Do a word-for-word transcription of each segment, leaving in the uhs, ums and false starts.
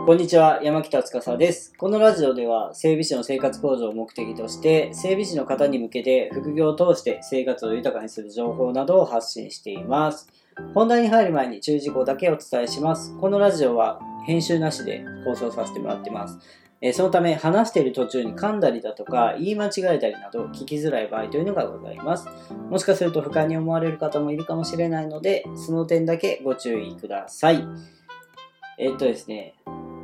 こんにちは、山北司です。このラジオでは整備士の生活向上を目的として整備士の方に向けて副業を通して生活を豊かにする情報などを発信しています。本題に入る前に注意事項だけお伝えします。このラジオは編集なしで放送させてもらってます。そのため話している途中に噛んだりだとか言い間違えたりなど聞きづらい場合というのがございます。もしかすると不快に思われる方もいるかもしれないのでその点だけご注意ください。えっとですね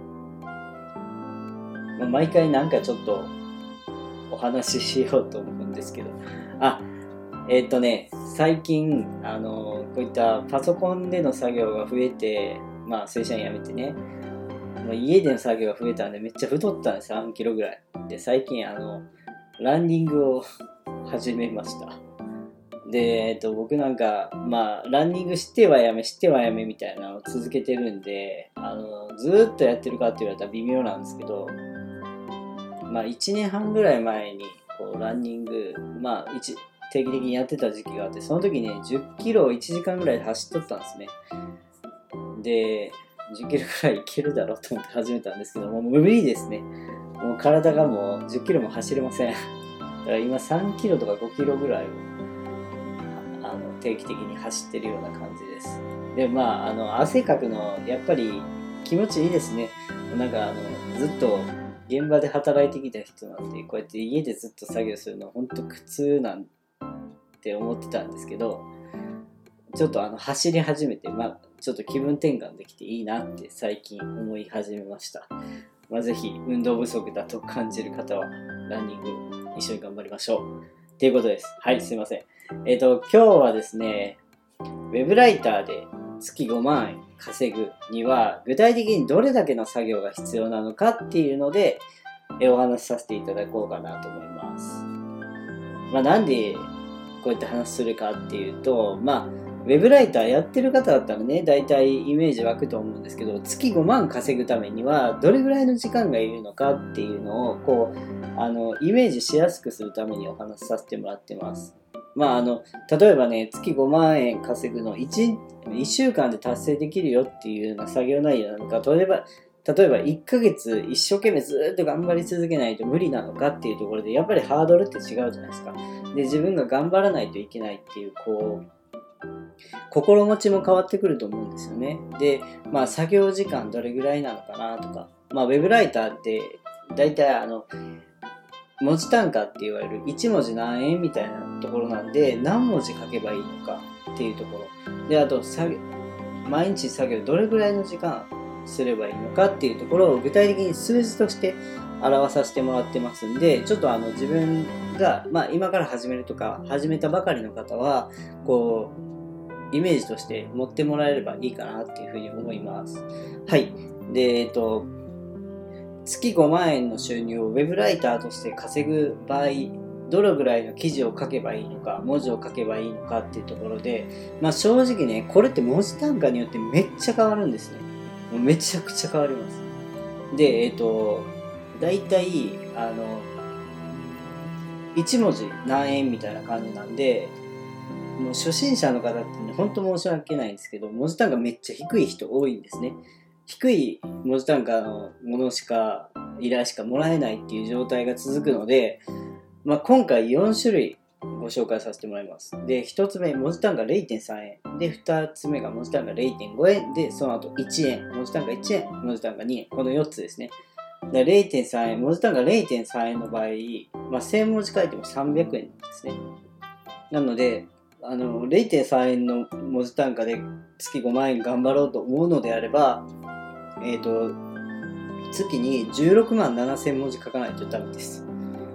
毎回なんかちょっとお話ししようと思うんですけど、あ、えっとね、最近、あの、こういったパソコンでの作業が増えて、まあ、正社員辞めてね、家での作業が増えたんでめっちゃ太ったんです、さんキロぐらい。で、最近、あの、ランニングを始めました。で、えっと、僕なんか、まあ、ランニングしてはやめ、してはやめみたいなのを続けてるんで、あの、ずーっとやってるかって言われたら微妙なんですけど、まあいちねんはんぐらい前にこうランニング、まあ一定期的にやってた時期があって、その時ね、じゅっキロをいちじかんぐらいで走っとったんですね。で、じゅっキロぐらいいけるだろうと思って始めたんですけども、もう無理ですね。もう体がもうじゅっキロも走れません。だから今さんキロとかごキロぐらいをあの定期的に走ってるような感じです。で、まあ、あの汗かくのやっぱり気持ちいいですね。なんかあのずっと現場で働いてきた人なんで、こうやって家でずっと作業するの本当苦痛なんて思ってたんですけど、ちょっとあの走り始めて、まあちょっと気分転換できていいなって最近思い始めました。まあ、ぜひ運動不足だと感じる方はランニング一緒に頑張りましょうっていうことです。はい、すいません。えっと今日はですね、ウェブライターで月ごまんえん稼ぐには具体的にどれだけの作業が必要なのかっていうのでお話しさせていただこうかなと思います。まあ、なんでこういった話するかっていうと、まあウェブライターやってる方だったらね、大体イメージ湧くと思うんですけど、月ごまん稼ぐためにはどれぐらいの時間がいるのかっていうのをこうあのイメージしやすくするためにお話しさせてもらってます。まああの例えばね、月ごまんえん稼ぐの 1, いっしゅうかんで達成できるよっていうような作業内容なのか、例えば例えばいっかげつ一生懸命ずっと頑張り続けないと無理なのかっていうところで、やっぱりハードルって違うじゃないですか。で、自分が頑張らないといけないっていうこう心持ちも変わってくると思うんですよね。で、まあ作業時間どれぐらいなのかなとか、まあウェブライターって大体あの文字単価って言われるいちもじ何円みたいなところなんで、何文字書けばいいのかっていうところで、あと作業毎日作業どれぐらいの時間すればいいのかっていうところを具体的に数字として表させてもらってますんで、ちょっとあの自分が、まあ、今から始めるとか始めたばかりの方はこうイメージとして持ってもらえればいいかなっていうふうに思います。はい。で、えっと月ごまんえんの収入をウェブライターとして稼ぐ場合、どれぐらいの記事を書けばいいのか、文字を書けばいいのかっていうところで、まあ正直ね、これって文字単価によってめっちゃ変わるんですね。もうめちゃくちゃ変わります。で、えっと、だいたい、あの、いちもじ何円みたいな感じなんで、もう初心者の方ってね、ほんと申し訳ないんですけど、文字単価めっちゃ低い人多いんですね。低い文字単価のものしか依頼しかもらえないっていう状態が続くので、まあ、今回よんしゅるいご紹介させてもらいます。で、ひとつめ文字単価 れいてんさんえんで、ふたつめが文字単価 れいてんごえんで、その後いちえん、文字単価いちえん、文字単価にえん、このよっつですね。で れいてんさんえん、文字単価 れいてんさんえんの場合、まあ、せんもじ書いてもさんびゃくえんなんですね。なのであの れいてんさんえんの文字単価で月ごまんえん頑張ろうと思うのであれば、えっと、月にじゅうろくまんななせんもじ書かないとダメです。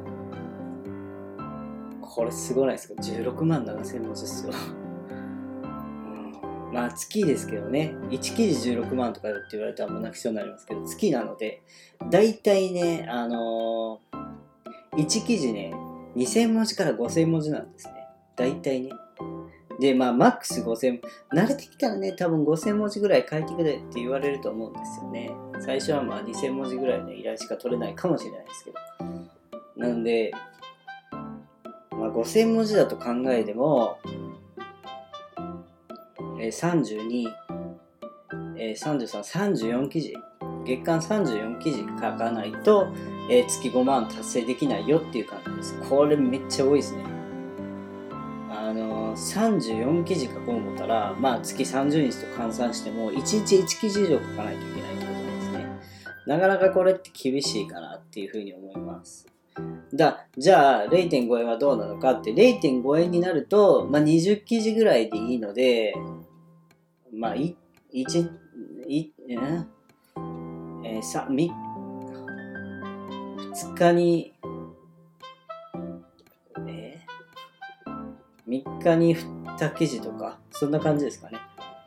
これすごないですか？ じゅうろくまんななせんもじですよ。まあ月ですけどね、いち記事じゅうろくまんとかって言われたらもう泣きそうになりますけど、月なので、だいたいね、あのー、いち記事ね、にせんもじからごせんもじなんですね。だいたいね。で、まあ、マックスごせん、慣れてきたらね、多分ごせんもじぐらい書いてくれって言われると思うんですよね。最初はまあにせんもじぐらいの依頼しか取れないかもしれないですけど。なんで、まあ、ごせんもじだと考えても、えー、さんじゅうに、えー、さんじゅうさん、さんじゅうよん記事月間さんじゅうよんきじ書かないと、えー、月ごまん達成できないよっていう感じです。これめっちゃ多いですね。あのー、さんじゅうよんきじ書こう思ったら、まあ月さんじゅうにちと換算してもいちにちいちきじ以上書かないといけないってことなんですね。なかなかこれって厳しいかなっていうふうに思います。だじゃあ れいてんご 円はどうなのかって、 れいてんご 円になると、まあ、にじゅっきじぐらいでいいので、まあいいちいええー、さみふつかにえー、みっかににきじとかそんな感じですかね。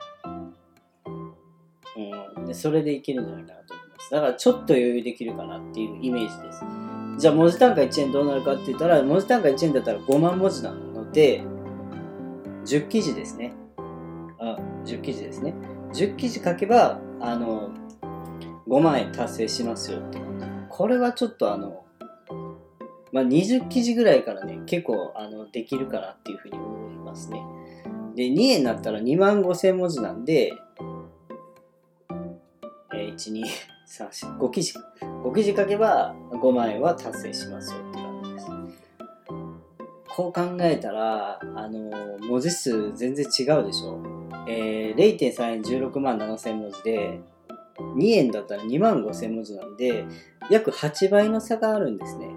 うん、でそれでいけるんじゃないかなと思います。だからちょっと余裕できるかなっていうイメージです。じゃあ文字単価いちえんどうなるかって言ったら、文字単価いちえんだったらごまん文字なのでじゅっきじですね。あ、じゅっきじですね。じゅっきじ書けばあのごまんえん達成しますよって感じ。これはちょっとあの、まあ、にじゅっきじぐらいからね結構あのできるかなっていうふうに思いますね。でにえんになったらにまんごせん文字なんで、えー、いち、に、さん、よん、ごきじごきじ書けばごまんえんは達成しますよって感じです。こう考えたらあの文字数全然違うでしょ。えー、れいてんさんえんじゅうろくまんななせん文字でにえんだったらにまんごせん文字なんで約はちばいの差があるんですね。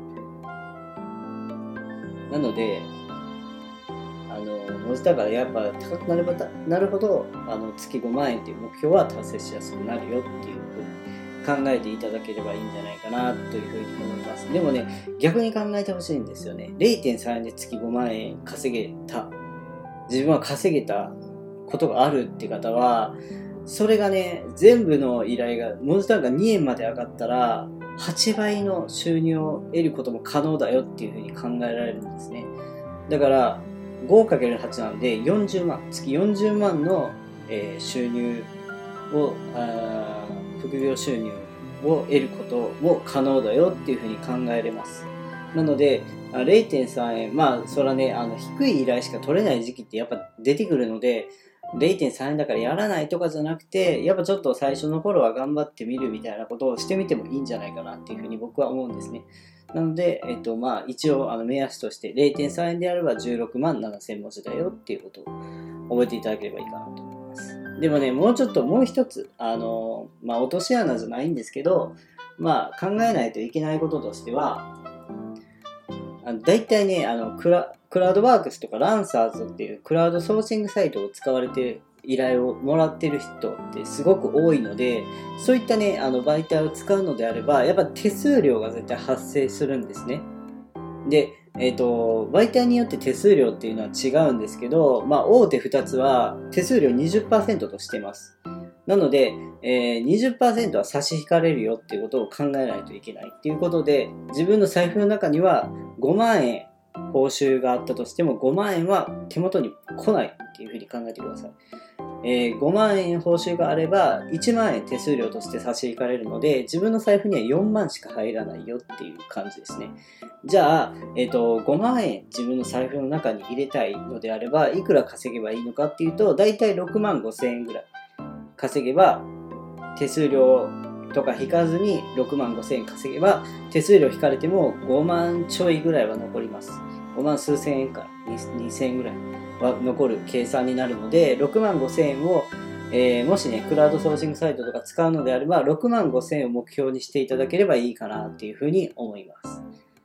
なのであの文字だからやっぱ高くなればなるほどあの月ごまんえんっていう目標は達成しやすくなるよっていうふうに考えていただければいいんじゃないかなというふうに思います。でもね逆に考えてほしいんですよね。 れいてんさん 円で月ごまんえん稼げた、自分は稼げたことがあるって方は、それがね全部の依頼が文字単価にえんまで上がったらはちばいの収入を得ることも可能だよっていうふうに考えられるんですね。だから ごかけるはち なんでよんじゅうまん、月よんじゅうまんの、えー、収入をあ副業収入を得ることも可能だよっていうふうに考えれます。なので れいてんさん 円、まあそれはねあの低い依頼しか取れない時期ってやっぱ出てくるので、れいてんさん 円だからやらないとかじゃなくて、やっぱちょっと最初の頃は頑張ってみるみたいなことをしてみてもいいんじゃないかなっていうふうに僕は思うんですね。なので、えっとまあ、一応あの目安として れいてんさん 円であればじゅうろくまんななせん文字だよっていうことを覚えていただければいいかなと思います。でもねもうちょっともう一つあの、まあ、落とし穴じゃないんですけど、まあ、考えないといけないこととしては、だいたいねあのクラクラウドワークスとかランサーズっていうクラウドソーシングサイトを使われている依頼をもらってる人ってすごく多いので、そういったねあの媒体を使うのであればやっぱ手数料が絶対発生するんですね。で、えーと、媒体によって手数料っていうのは違うんですけど、まあ、大手ふたつは手数料 にじゅっパーセント としてます。なので、えー、にじゅっパーセント は差し引かれるよっていうことを考えないといけないっていうことで、自分の財布の中にはごまんえん報酬があったとしてもごまんえんは手元に来ないっていうふうに考えてください。えー、ごまんえん報酬があればいちまんえん手数料として差し引かれるので、自分の財布にはよんまんしか入らないよっていう感じですね。じゃあ、えーと、ごまんえん自分の財布の中に入れたいのであればいくら稼げばいいのかっていうと、だいたいろくまんごせんえんぐらい稼げば、手数料とか引かずにろくまんごせんえん稼げば、手数料引かれてもごまんちょいぐらいは残ります。ごまん数千円からにせんえんぐらいは残る計算になるので、ろくまんごせんえんを、えー、もしねクラウドソーシングサイトとか使うのであればろくまんごせんえんを目標にしていただければいいかなっていうふうに思います。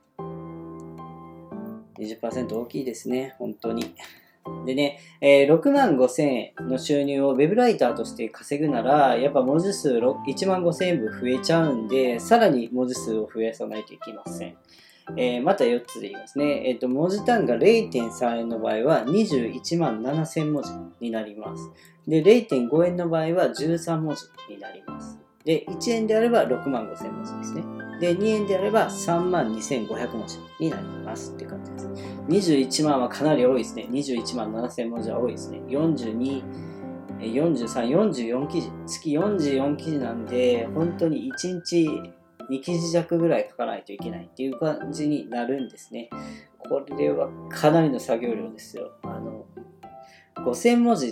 にじゅっパーセント 大きいですね本当に。でね、えー、ろくまんごせんえんの収入をウェブライターとして稼ぐならやっぱ文字数いちまんごせんえんぶん増えちゃうんで、さらに文字数を増やさないといけません。えー、またよっつで言いますね。えっと、文字単価 れいてんさん 円の場合はにじゅういちまんななせん文字になります。で、れいてんご 円の場合はじゅうさん文字になります。で、いちえんであればろくまんごせん文字ですね。で、にえんであればさんまんにせんごひゃく文字になりますって感じです。にじゅういちまんはかなり多いですね。にじゅういちまんななせん文字は多いですね。よんじゅうに、よんじゅうさん、よんじゅうよん記事。月よんじゅうよん記事なんで、本当にいちにちに記事弱ぐらい書かないといけないっていう感じになるんですね。これはかなりの作業量ですよ。あのごせん文字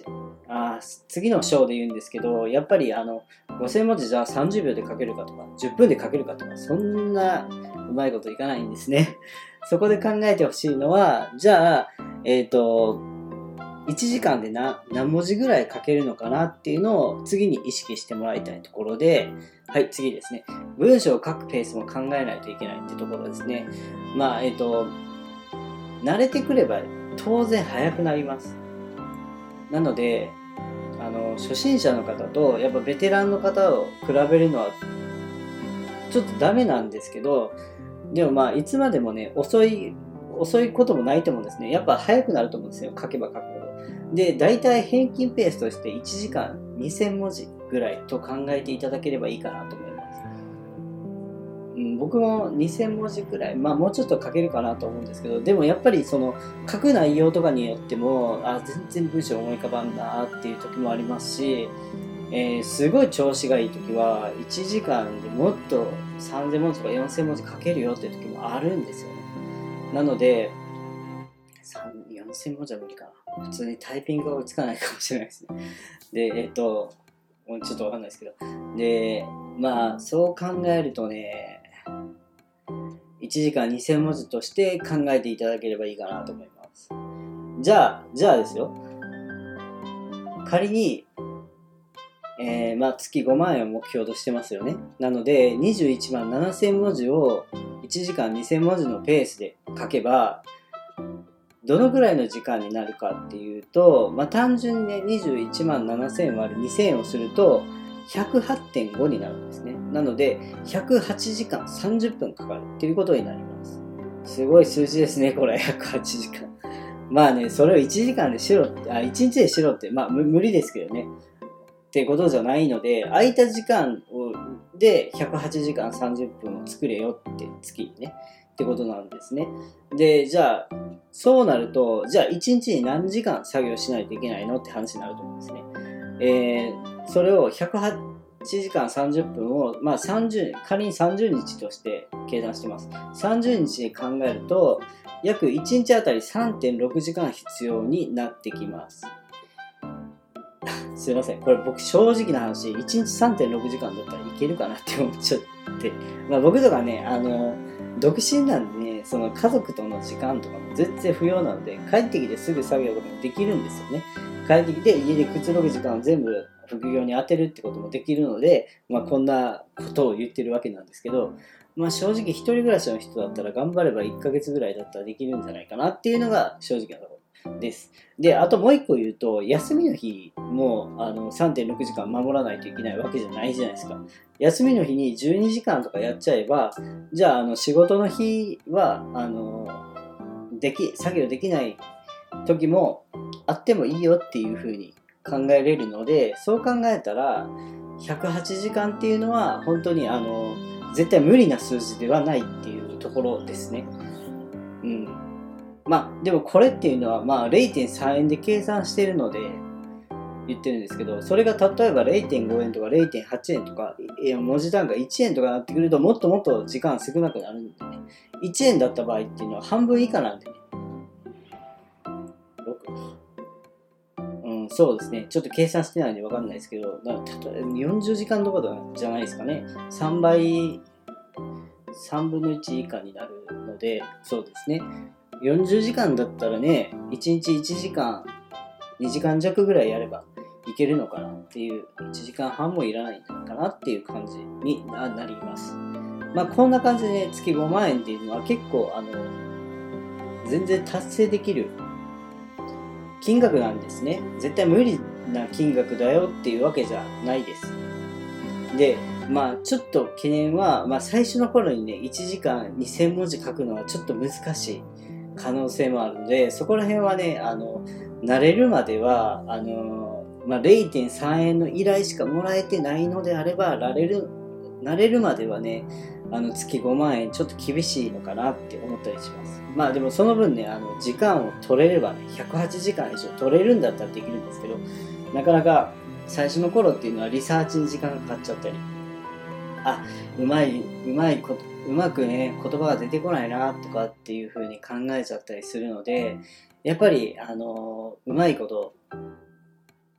あ次の章で言うんですけど、やっぱりあのごせん文字じゃあさんじゅうびょうで書けるかとかじゅっぷんで書けるかとか、そんなうまいこといかないんですね。そこで考えてほしいのは、じゃあえっといちじかんで何文字ぐらい書けるのかなっていうのを次に意識してもらいたいところで、はい、次ですね。文章を書くペースも考えないといけないってところですね。まあ、えっと、慣れてくれば当然早くなります。なので、あの、初心者の方とやっぱベテランの方を比べるのはちょっとダメなんですけど、でもまあ、いつまでもね、遅い、遅いこともないと思うんですね。やっぱ早くなると思うんですよ。書けば書くほど。で、大体平均ペースとしていちじかんにせん文字ぐらいと考えていただければいいかなと思います。うん、僕もにせん文字くらい、まあもうちょっと書けるかなと思うんですけど、でもやっぱりその書く内容とかによっても、あ、全然文章思い浮かばんなっていう時もありますし、えー、すごい調子がいい時はいちじかんでもっとさんぜん文字とかよんせん文字書けるよっていう時もあるんですよね。なので、よんせん文字は無理かな。普通にタイピングが追いつかないかもしれないですね。で、えっと、もうちょっとわかんないですけど。で、まあ、そう考えるとね、いちじかんにせん文字として考えていただければいいかなと思います。じゃあ、じゃあですよ。仮に、えー、まあ月ごまんえんを目標としてますよね。なので、にじゅういちまんななせん文字をいちじかんにせん文字のペースで書けば、どのぐらいの時間になるかっていうと、まあ、単純にね、にじゅういちまんななせん割るにせんをすると、ひゃくはちてんご になるんですね。なので、ひゃくはちじかんさんじゅっぷんかかるっていうことになります。すごい数字ですね、これ、ひゃくはちじかん。まあね、それをいちじかんでしろって、あ、いちにちでしろって、まあ無理ですけどね。ってことじゃないので、空いた時間をでひゃくはちじかんさんじゅっぷんを作れよって月にねってことなんですね。で、じゃあそうなると、じゃあいちにちに何時間作業しないといけないのって話になると思うんですね。えー、それをひゃくはちじかんさんじゅっぷんを、まあ、さんじゅう仮にさんじゅうにちとして計算してます。さんじゅうにちで考えると約いちにちあたり さんてんろくじかん必要になってきます。すいません。これ僕正直な話、いちにち さんてんろくじかんだったらいけるかなって思っちゃって。まあ僕とかね、あの、独身なんでね、その家族との時間とかも全然不要なので、帰ってきてすぐ作業とかもできるんですよね。帰ってきて家でくつろぐ時間を全部副業に当てるってこともできるので、まあこんなことを言ってるわけなんですけど、まあ正直一人暮らしの人だったら頑張ればいっかげつぐらいだったらできるんじゃないかなっていうのが正直なところです。で、あともう一個言うと、休みの日もあの さんてんろくじかん守らないといけないわけじゃないじゃないですか。休みの日にじゅうにじかんとかやっちゃえば、じゃあ、あの仕事の日はあのでき作業できない時もあってもいいよっていう風に考えれるので、そう考えたらひゃくはちじかんっていうのは本当にあの絶対無理な数字ではないっていうところですね。うん。まあでもこれっていうのはまあ れいてんさん 円で計算してるので言ってるんですけど、それが例えば れいてんご 円とか れいてんはち 円とか文字単価いちえんとかなってくるともっともっと時間少なくなるんでね。いちえんだった場合っていうのは半分以下なんでね。ろくうん、そうですね。ちょっと計算してないんで分かんないですけど、だから例えばよんじゅうじかんとかじゃないですかね。さんばい、さんぶんのいち以下になるので、そうですね。よんじゅうじかんだったらね、いちにちいちじかん、にじかん弱ぐらいやればいけるのかなっていう、いちじかんはんもいらないんじゃないかなっていう感じになります。まあこんな感じでね、月ごまんえんっていうのは結構あの、全然達成できる金額なんですね。絶対無理な金額だよっていうわけじゃないです。で、まあちょっと懸念は、まあ最初の頃にね、いちじかんにせん文字書くのはちょっと難しい可能性もあるので、そこら辺はね、あの、慣れるまでは、あの、まあ れいてんさん 円の依頼しかもらえてないのであれば、慣れる、慣れるまではね、あの月ごまんえんちょっと厳しいのかなって思ったりします。まあでもその分ね、あの時間を取れればね、ひゃくはちじかん以上取れるんだったらできるんですけど、なかなか最初の頃っていうのはリサーチに時間がかかっちゃったり、あ、うまい、うまいこと、うまくね、言葉が出てこないなとかっていう風に考えちゃったりするので、やっぱり、あの、うまいこと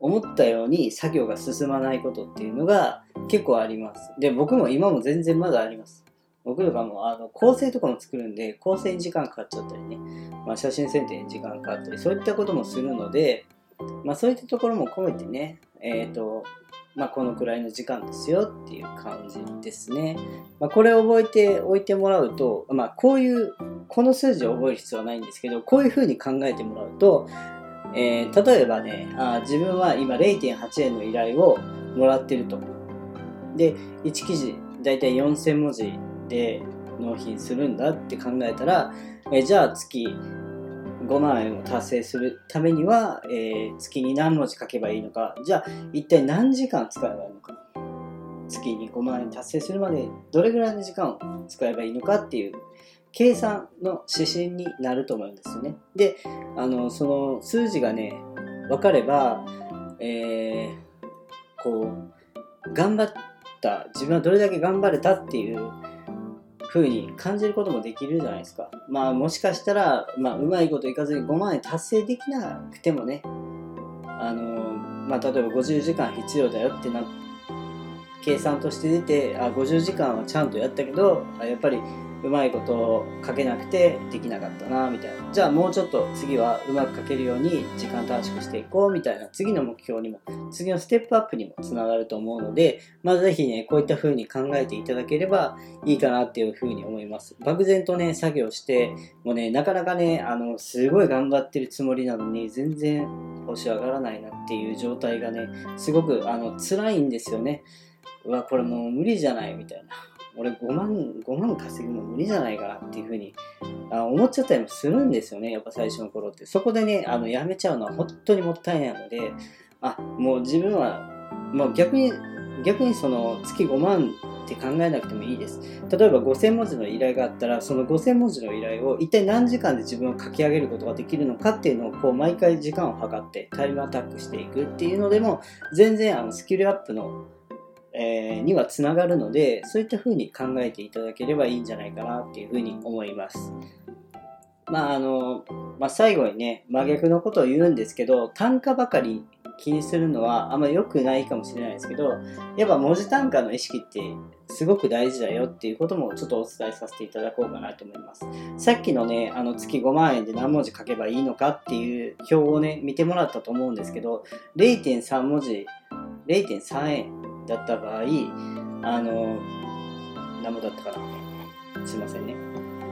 思ったように作業が進まないことっていうのが結構あります。で、僕も今も全然まだあります。僕とかもあの構成とかも作るんで、構成に時間かかっちゃったりね、まあ、写真選定に時間かかったり、そういったこともするので、まあ、そういったところも込めてね、えっと、まあ、このくらいの時間ですよっていう感じですね。まあ、これを覚えておいてもらうと、まあ、こういう、この数字を覚える必要はないんですけど、こういうふうに考えてもらうと、えー、例えばね、あ、自分は今 れいてんはち 円の依頼をもらってると。で、いち記事だいたいよんせん文字で納品するんだって考えたら、えー、じゃあ月ごまん円を達成するためには、えー、月に何文字書けばいいのか、じゃあ一体何時間使えばいいのか、月にごまん円達成するまでどれぐらいの時間を使えばいいのかっていう計算の指針になると思うんですよね。で、あのその数字がね分かれば、えー、こう頑張った自分はどれだけ頑張れたっていう風に感じることもできるじゃないですか。まあもしかしたら、まあ、うまいこといかずにごまん円達成できなくてもね、あのまあ、例えばごじゅうじかん必要だよってな計算として出て、あごじゅうじかんはちゃんとやったけど、あやっぱりうまいこと書けなくてできなかったなみたいな、じゃあもうちょっと次はうまく書けるように時間短縮していこうみたいな、次の目標にも次のステップアップにもつながると思うので、まあぜひねこういった風に考えていただければいいかなっていう風に思います。漠然とね作業してもうねなかなかねあのすごい頑張ってるつもりなのに全然報酬上がらないなっていう状態がねすごくあの辛いんですよね。うわこれもう無理じゃないみたいな、俺ごまん、ごまん稼ぐの無理じゃないかなっていうふうにあ思っちゃったりもするんですよね。やっぱ最初の頃って。そこでね、あの、やめちゃうのは本当にもったいないので、あ、もう自分は、もう逆に、逆にその月ごまんって考えなくてもいいです。例えばごせん文字の依頼があったら、そのごせん文字の依頼を一体何時間で自分を書き上げることができるのかっていうのをこう毎回時間を計ってタイムアタックしていくっていうのでも、全然あのスキルアップのえー、にはつながるので、そういった風に考えていただければいいんじゃないかなっていう風に思います。まああの、まあ、最後にね真逆のことを言うんですけど、単価ばかり気にするのはあんま良くないかもしれないですけど、やっぱ文字単価の意識ってすごく大事だよっていうこともちょっとお伝えさせていただこうかなと思います。さっきのねあの月ごまん円で何文字書けばいいのかっていう表をね見てもらったと思うんですけど、 れいてんさん 文字 れいてんさん 円だった場合、あの何もだったかな、すいませんね、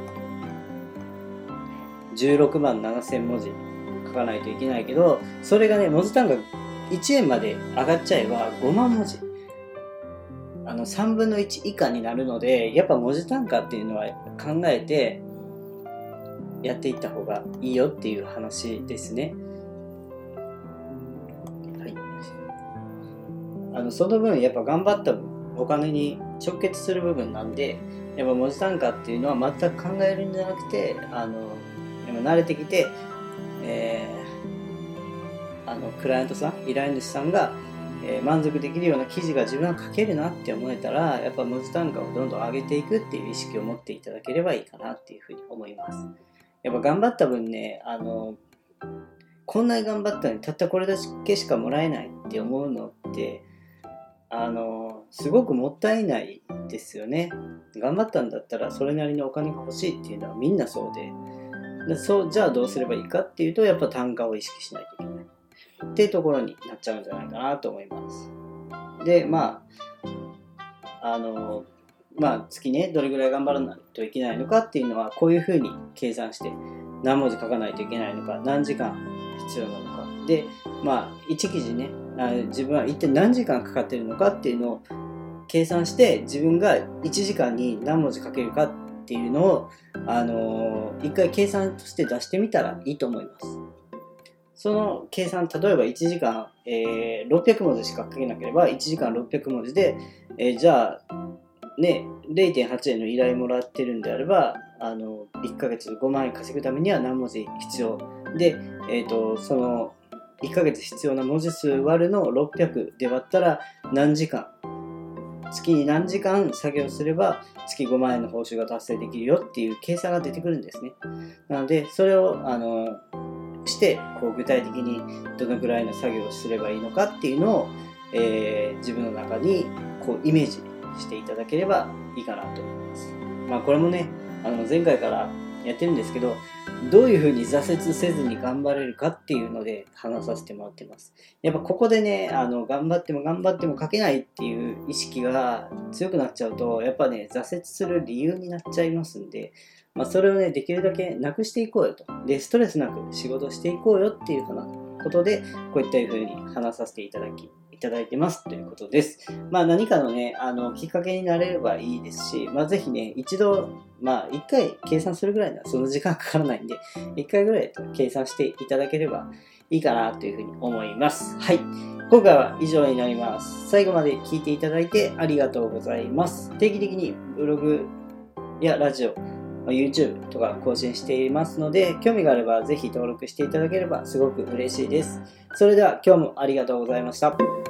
じゅうろくまんななせん文字書かないといけないけど、それがね文字単価いちえんまで上がっちゃえばごまん文字、あのさんぶんのいち以下になるので、やっぱ文字単価っていうのは考えてやっていった方がいいよっていう話ですね。はい、あのその分やっぱ頑張った分お金に直結する部分なんで、やっぱ文字単価っていうのは全く考えるんじゃなくて、あのやっぱ慣れてきて、えー、あのクライアントさん依頼主さんが、えー、満足できるような記事が自分は書けるなって思えたら、やっぱ文字単価をどんどん上げていくっていう意識を持っていただければいいかなっていうふうに思います。やっぱ頑張った分ね、あのこんなに頑張ったのにたったこれだけしかもらえないって思うのってあのすごくもったいないですよね。頑張ったんだったらそれなりにお金が欲しいっていうのはみんなそうで、でそうじゃあどうすればいいかっていうと、やっぱ単価を意識しないといけないっていうところになっちゃうんじゃないかなと思います。でまああのまあ月ねどれぐらい頑張らないといけないのかっていうのはこういうふうに計算して、何文字書かないといけないのか、何時間必要なのかで、まあいち記事ね自分は一体何時間かかってるのかっていうのを計算して、自分がいちじかんに何文字書けるかっていうのを、あのー、一回計算として出してみたらいいと思います。その計算、例えばいちじかん、えー、ろっぴゃく文字しか書けなければいちじかんろっぴゃく文字で、えー、じゃあね れいてんはち 円の依頼もらってるんであれば、あのいっかげつごまん円稼ぐためには何文字必要で、えーと、そのいっかげつ必要な文字数割るのろっぴゃくで割ったら何時間、月に何時間作業すれば月ごまん円の報酬が達成できるよっていう計算が出てくるんですね。なのでそれをあのしてこう具体的にどのぐらいの作業をすればいいのかっていうのを、えー、自分の中にこうイメージしていただければいいかなと思います。まあこれもね、あの前回からやってるんですけど、どういうふうに挫折せずに頑張れるかっていうので話させてもらってます。やっぱここでね、あの頑張っても頑張っても書けないっていう意識が強くなっちゃうと、やっぱね、挫折する理由になっちゃいますんで、まあ、それをね、できるだけなくしていこうよと。で、ストレスなく仕事していこうよっていうことで、こういったふうに話させていただき、いただいてますということです。まあ何かのね、あの、きっかけになれればいいですし、まあぜひね、一度、まあ一回計算するぐらいならその時間かからないんで、一回ぐらい計算していただければいいかなというふうに思います。はい。今回は以上になります。最後まで聞いていただいてありがとうございます。定期的にブログやラジオ、YouTube とか更新していますので、興味があればぜひ登録していただければすごく嬉しいです。それでは今日もありがとうございました。